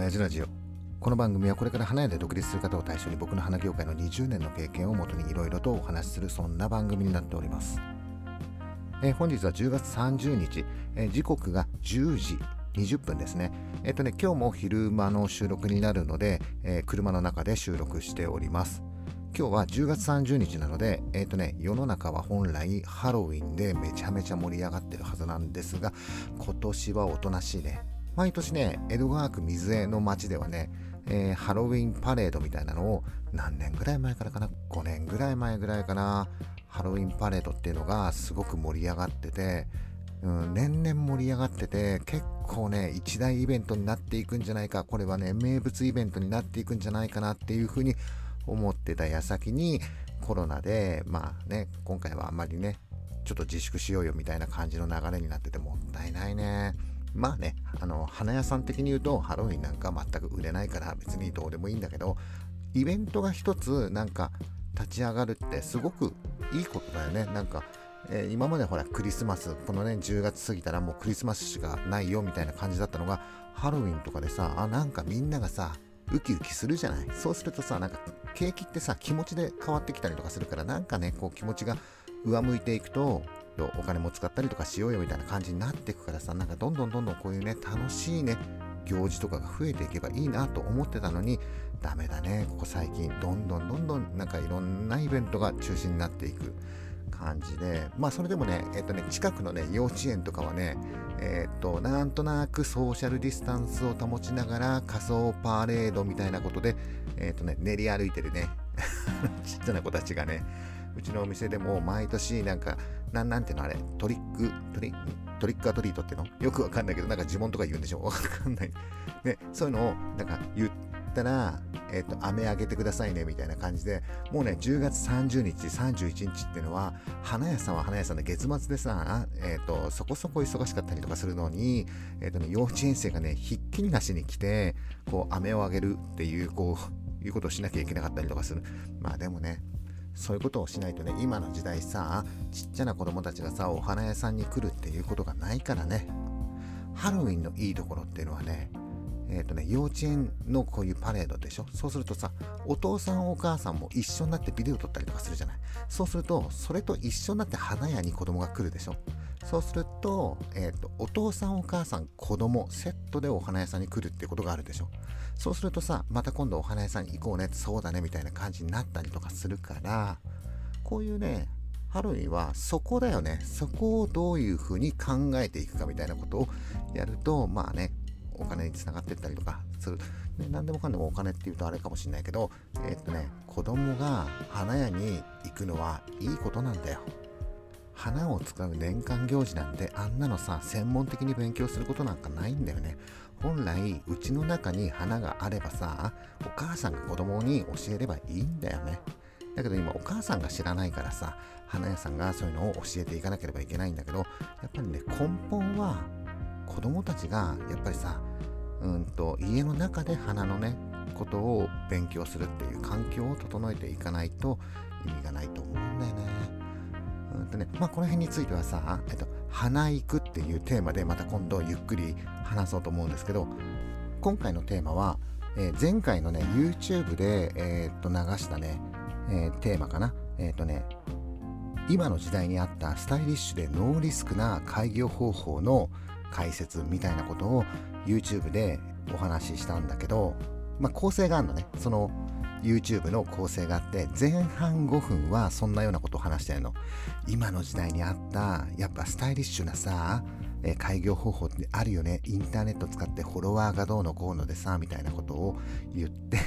親父ラジオ。この番組はこれから花屋で独立する方を対象に僕の花業界の20年の経験をもとにいろいろとお話しする、そんな番組になっております。本日は10月30日、時刻が10時20分ですね。今日も昼間の収録になるので、車の中で収録しております。今日は10月30日なので、世の中は本来ハロウィンでめちゃめちゃ盛り上がってるはずなんですが、今年はおとなしいね。毎年ね、江戸川区水江の町ではね、ハロウィンパレードみたいなのを何年ぐらい前からかな、5年ぐらい前ぐらいかな、ハロウィンパレードっていうのがすごく盛り上がってて、年々盛り上がってて、結構ね一大イベントになっていくんじゃないか、これはね名物イベントになっていくんじゃないかなっていうふうに思ってた矢先にコロナで今回はあんまりねちょっと自粛しようよみたいな感じの流れになっててもったいないね。花屋さん的に言うとハロウィンなんか全く売れないから別にどうでもいいんだけど、イベントが一つ立ち上がるってすごくいいことだよね。今までほらクリスマス、このね10月過ぎたらもうクリスマスしかないよみたいな感じだったのが、ハロウィンとかでさ、みんながさウキウキするじゃない。そうするとさ、景気ってさ気持ちで変わってきたりとかするから、気持ちが上向いていくとお金も使ったりとかしようよみたいな感じになっていくからさ、どんどんこういうね楽しいね行事とかが増えていけばいいなと思ってたのに、ダメだね。ここ最近どんどんいろんなイベントが中止になっていく感じで、それでもね近くのね幼稚園とかはねなんとなくソーシャルディスタンスを保ちながら仮装パレードみたいなことで練り歩いてるねちっちゃな子たちがね、うちのお店でも毎年なんていうのあれ、トリックアトリートっていうのよくわかんないけど、呪文とか言うんでしょ、わかんないね。そういうのを言ったら飴あげてくださいねみたいな感じで、もうね10月30日31日っていうのは花屋さんは花屋さんで月末でさ、そこそこ忙しかったりとかするのに、幼稚園生がねひっきりなしに来てこう飴をあげるっていういうことをしなきゃいけなかったりとかする。でもねそういうことをしないとね、今の時代さ、ちっちゃな子供たちがさお花屋さんに来るっていうことがないからね。ハロウィンのいいところっていうのはね、幼稚園のこういうパレードでしょ。そうするとさ、お父さんお母さんも一緒になってビデオ撮ったりとかするじゃない。そうするとそれと一緒になって花屋に子供が来るでしょ。そうすると、お父さんお母さん子供セットでお花屋さんに来るってことがあるでしょ。そうするとさ、また今度お花屋さんに行こうね、そうだねみたいな感じになったりとかするから、こういうねハロウィンはそこだよね。そこをどういうふうに考えていくかみたいなことをやると、お金につながっていったりとかする、何でもかんでもお金っていうとあれかもしれないけど、子供が花屋に行くのはいいことなんだよ。花を使う年間行事なんて、あんなのさ専門的に勉強することなんかないんだよね。本来うちの中に花があればさ、お母さんが子供に教えればいいんだよね。だけど今お母さんが知らないからさ、花屋さんがそういうのを教えていかなければいけないんだけど、やっぱりね根本は子供たちがやっぱりさ、家の中で花のねことを勉強するっていう環境を整えていかないと意味がないと思うんだよね。この辺についてはさ、花育っていうテーマでまた今度ゆっくり話そうと思うんですけど、今回のテーマは、前回のね YouTube で、流したね、テーマかな。今の時代に合ったスタイリッシュでノーリスクな開業方法の解説みたいなことを YouTube でお話ししたんだけど、構成があるのね。その YouTube の構成があって、前半5分はそんなようなことを話してるの。今の時代に合ったやっぱスタイリッシュなさ、開業方法ってあるよね。インターネット使ってフォロワーがどうのこうのでさみたいなことを言って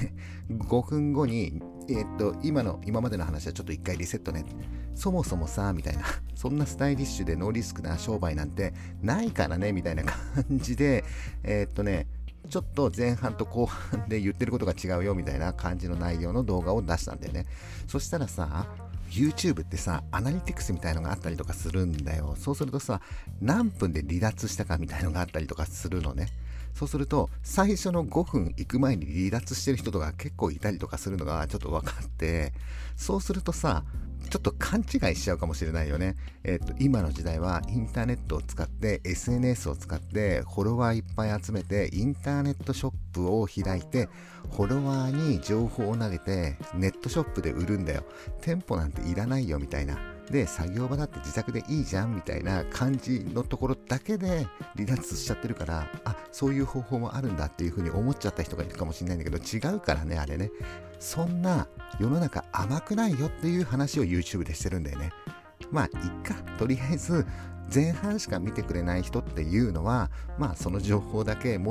5分後に今までの話はちょっと一回リセットね。そもそもさみたいな、そんなスタイリッシュでノーリスクな商売なんてないからねみたいな感じでちょっと前半と後半で言ってることが違うよみたいな感じの内容の動画を出したんだよね。そしたらさ、YouTube ってさアナリティクスみたいのがあったりとかするんだよ。そうするとさ、何分で離脱したかみたいのがあったりとかするのね。そうすると最初の5分行く前に離脱してる人とか結構いたりとかするのがちょっと分かって、そうするとさ、 ちょっと勘違いしちゃうかもしれないよね。今の時代はインターネットを使って SNS を使ってフォロワーいっぱい集めてインターネットショップを開いてフォロワーに情報を投げてネットショップで売るんだよ。店舗なんていらないよみたいな。で、作業場だって自宅でいいじゃんみたいな感じのところだけで離脱しちゃってるから、そういう方法もあるんだっていうふうに思っちゃった人がいるかもしれないんだけど、違うからね、あれね。そんな世の中甘くないよっていう話を YouTube でしてるんだよね。いっか。とりあえず前半しか見てくれない人っていうのは、その情報だけ持って、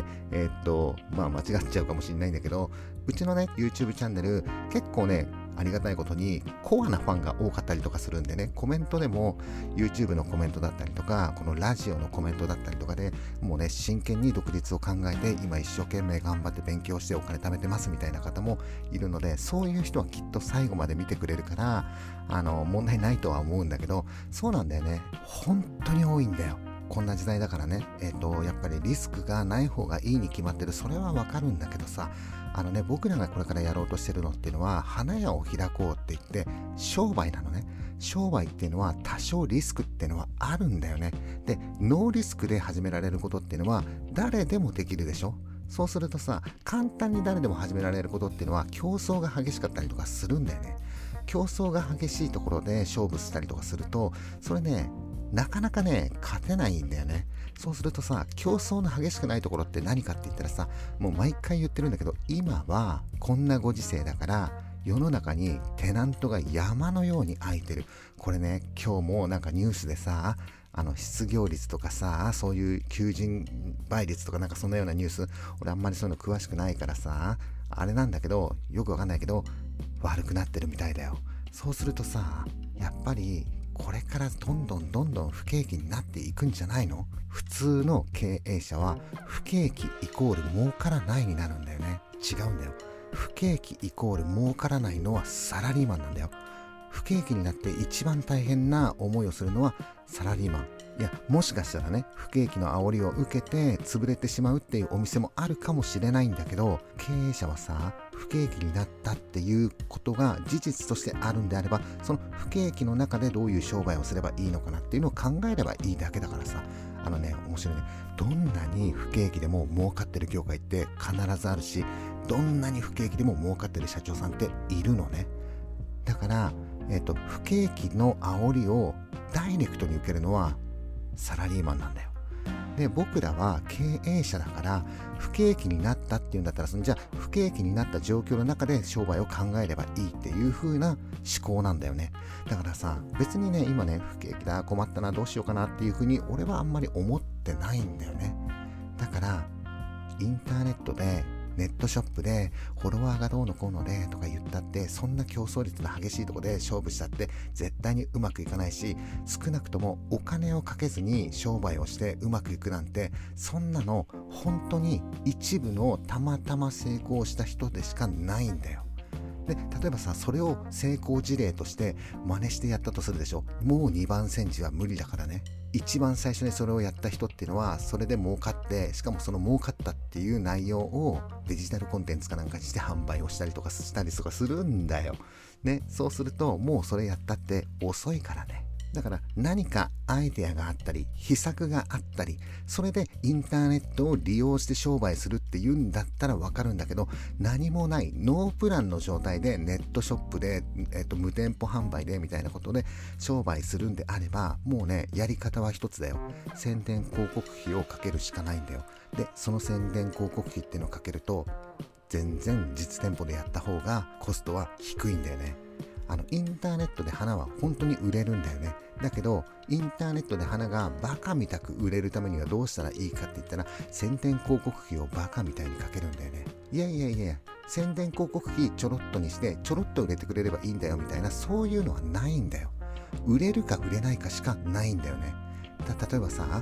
間違っちゃうかもしれないんだけど、うちのね、YouTube チャンネル、結構ね、ありがたいことにコアなファンが多かったりとかするんでね、コメントでも YouTube のコメントだったりとか、このラジオのコメントだったりとかでもうね、真剣に独立を考えて今一生懸命頑張って勉強してお金貯めてますみたいな方もいるので、そういう人はきっと最後まで見てくれるから問題ないとは思うんだけど、そうなんだよね。本当に多いんだよ。こんな時代だからね、やっぱりリスクがない方がいいに決まってる。それはわかるんだけどさ、僕らがこれからやろうとしてるのっていうのは、花屋を開こうって言って商売なのね。商売っていうのは多少リスクっていうのはあるんだよね。で、ノーリスクで始められることっていうのは誰でもできるでしょ。そうするとさ、簡単に誰でも始められることっていうのは競争が激しかったりとかするんだよね。競争が激しいところで勝負したりとかすると、それね、なかなかね、勝てないんだよね。そうするとさ、競争の激しくないところって何かって言ったらさ、もう毎回言ってるんだけど、今はこんなご時世だから世の中にテナントが山のように空いてる。これね、今日もなんかニュースでさ、失業率とかさ、そういう求人倍率とかなんかそんなようなニュース、俺あんまりそういうの詳しくないからさ、あれなんだけど、よくわかんないけど悪くなってるみたいだよ。そうするとさ、やっぱりこれからどんどん不景気になっていくんじゃないの？普通の経営者は不景気イコール儲からないになるんだよね。違うんだよ。不景気イコール儲からないのはサラリーマンなんだよ。不景気になって一番大変な思いをするのはサラリーマン。いや、もしかしたらね、不景気の煽りを受けて潰れてしまうっていうお店もあるかもしれないんだけど、経営者はさ、不景気になったっていうことが事実としてあるんであれば、その不景気の中でどういう商売をすればいいのかなっていうのを考えればいいだけだからさ。面白いね。どんなに不景気でも儲かってる業界って必ずあるし、どんなに不景気でも儲かってる社長さんっているのね。だから、不景気の煽りをダイレクトに受けるのはサラリーマンなんだよ。で、僕らは経営者だから、不景気になったっていうんだったら、じゃあ不景気になった状況の中で商売を考えればいいっていう風な思考なんだよね。だからさ、別にね、今ね、不景気だ、困ったな、どうしようかなっていう風に俺はあんまり思ってないんだよね。だからインターネットでネットショップでフォロワーがどうのこうのでとか言ったって、そんな競争率の激しいところで勝負したって絶対にうまくいかないし、少なくともお金をかけずに商売をしてうまくいくなんて、そんなの本当に一部のたまたま成功した人でしかないんだよ。で、例えばさ、それを成功事例として真似してやったとするでしょ。もう2番煎じは無理だからね。一番最初にそれをやった人っていうのは、それで儲かって、しかもその儲かったっていう内容をデジタルコンテンツかなんかにして販売をしたりとかするんだよ。ね、そうするともうそれやったって遅いからね。だから何かアイデアがあったり秘策があったり、それでインターネットを利用して商売するっていうんだったらわかるんだけど、何もないノープランの状態でネットショップで、無店舗販売でみたいなことで商売するんであれば、もうね、やり方は一つだよ。宣伝広告費をかけるしかないんだよ。で、その宣伝広告費っていうのをかけると、全然実店舗でやった方がコストは低いんだよね。インターネットで花は本当に売れるんだよね。だけどインターネットで花がバカみたく売れるためにはどうしたらいいかって言ったら、宣伝広告費をバカみたいにかけるんだよね。いや、宣伝広告費ちょろっとにしてちょろっと売れてくれればいいんだよみたいな、そういうのはないんだよ。売れるか売れないかしかないんだよね。例えばさ、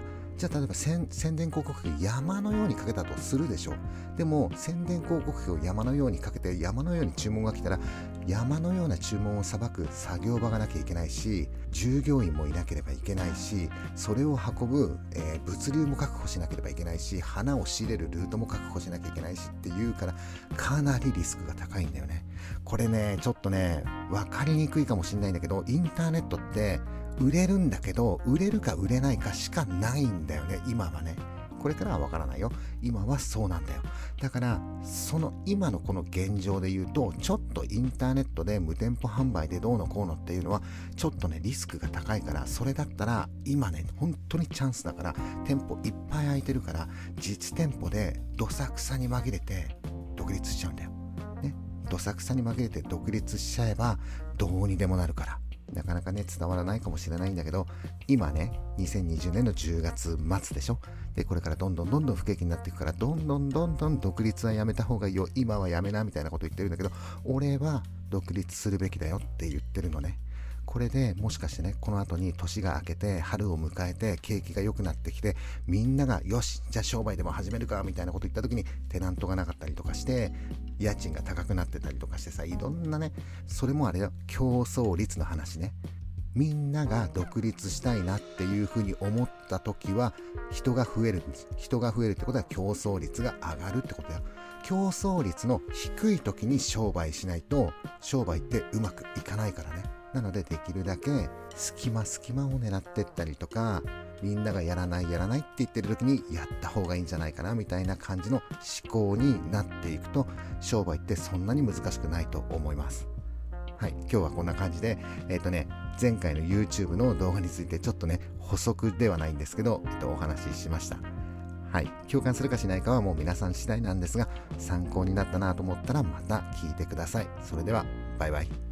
じゃあ例えば宣伝広告費山のようにかけたとするでしょう。でも宣伝広告費を山のようにかけて山のように注文が来たら、山のような注文をさばく作業場がなきゃいけないし、従業員もいなければいけないし、それを運ぶ、物流も確保しなければいけないし、花を仕入れるルートも確保しなきゃいけないしっていうから、かなりリスクが高いんだよね。これね、ちょっとね分かりにくいかもしれないんだけど、インターネットって売れるんだけど、売れるか売れないかしかないんだよね、今はね。これからはわからないよ。今はそうなんだよ。だからその今のこの現状で言うと、ちょっとインターネットで無店舗販売でどうのこうのっていうのはちょっとねリスクが高いから、それだったら今ね本当にチャンスだから、店舗いっぱい空いてるから、実店舗でどさくさに紛れて独立しちゃうんだよね。どさくさに紛れて独立しちゃえばどうにでもなるから。なかなかね伝わらないかもしれないんだけど、今ね2020年の10月末でしょ。でこれからどんどん不景気になっていくから、どんどん独立はやめた方がいいよ、今はやめなみたいなこと言ってるんだけど、俺は独立するべきだよって言ってるのね。これでもしかしてね、この後に年が明けて春を迎えて景気が良くなってきて、みんながよしじゃあ商売でも始めるかみたいなこと言った時にテナントがなかったりとかして、家賃が高くなってたりとかしてさ、いろんなね、それもあれよ、競争率の話ね。みんなが独立したいなっていうふうに思った時は人が増えるんです。人が増えるってことは競争率が上がるってことだよ。競争率の低い時に商売しないと商売ってうまくいかないからね。なのでできるだけ隙間を狙ってったりとか、みんながやらないって言ってる時にやった方がいいんじゃないかなみたいな感じの思考になっていくと、商売ってそんなに難しくないと思います。はい、今日はこんな感じで、前回の YouTube の動画についてちょっとね補足ではないんですけど、お話ししました。はい、共感するかしないかはもう皆さん次第なんですが、参考になったなと思ったらまた聞いてください。それではバイバイ。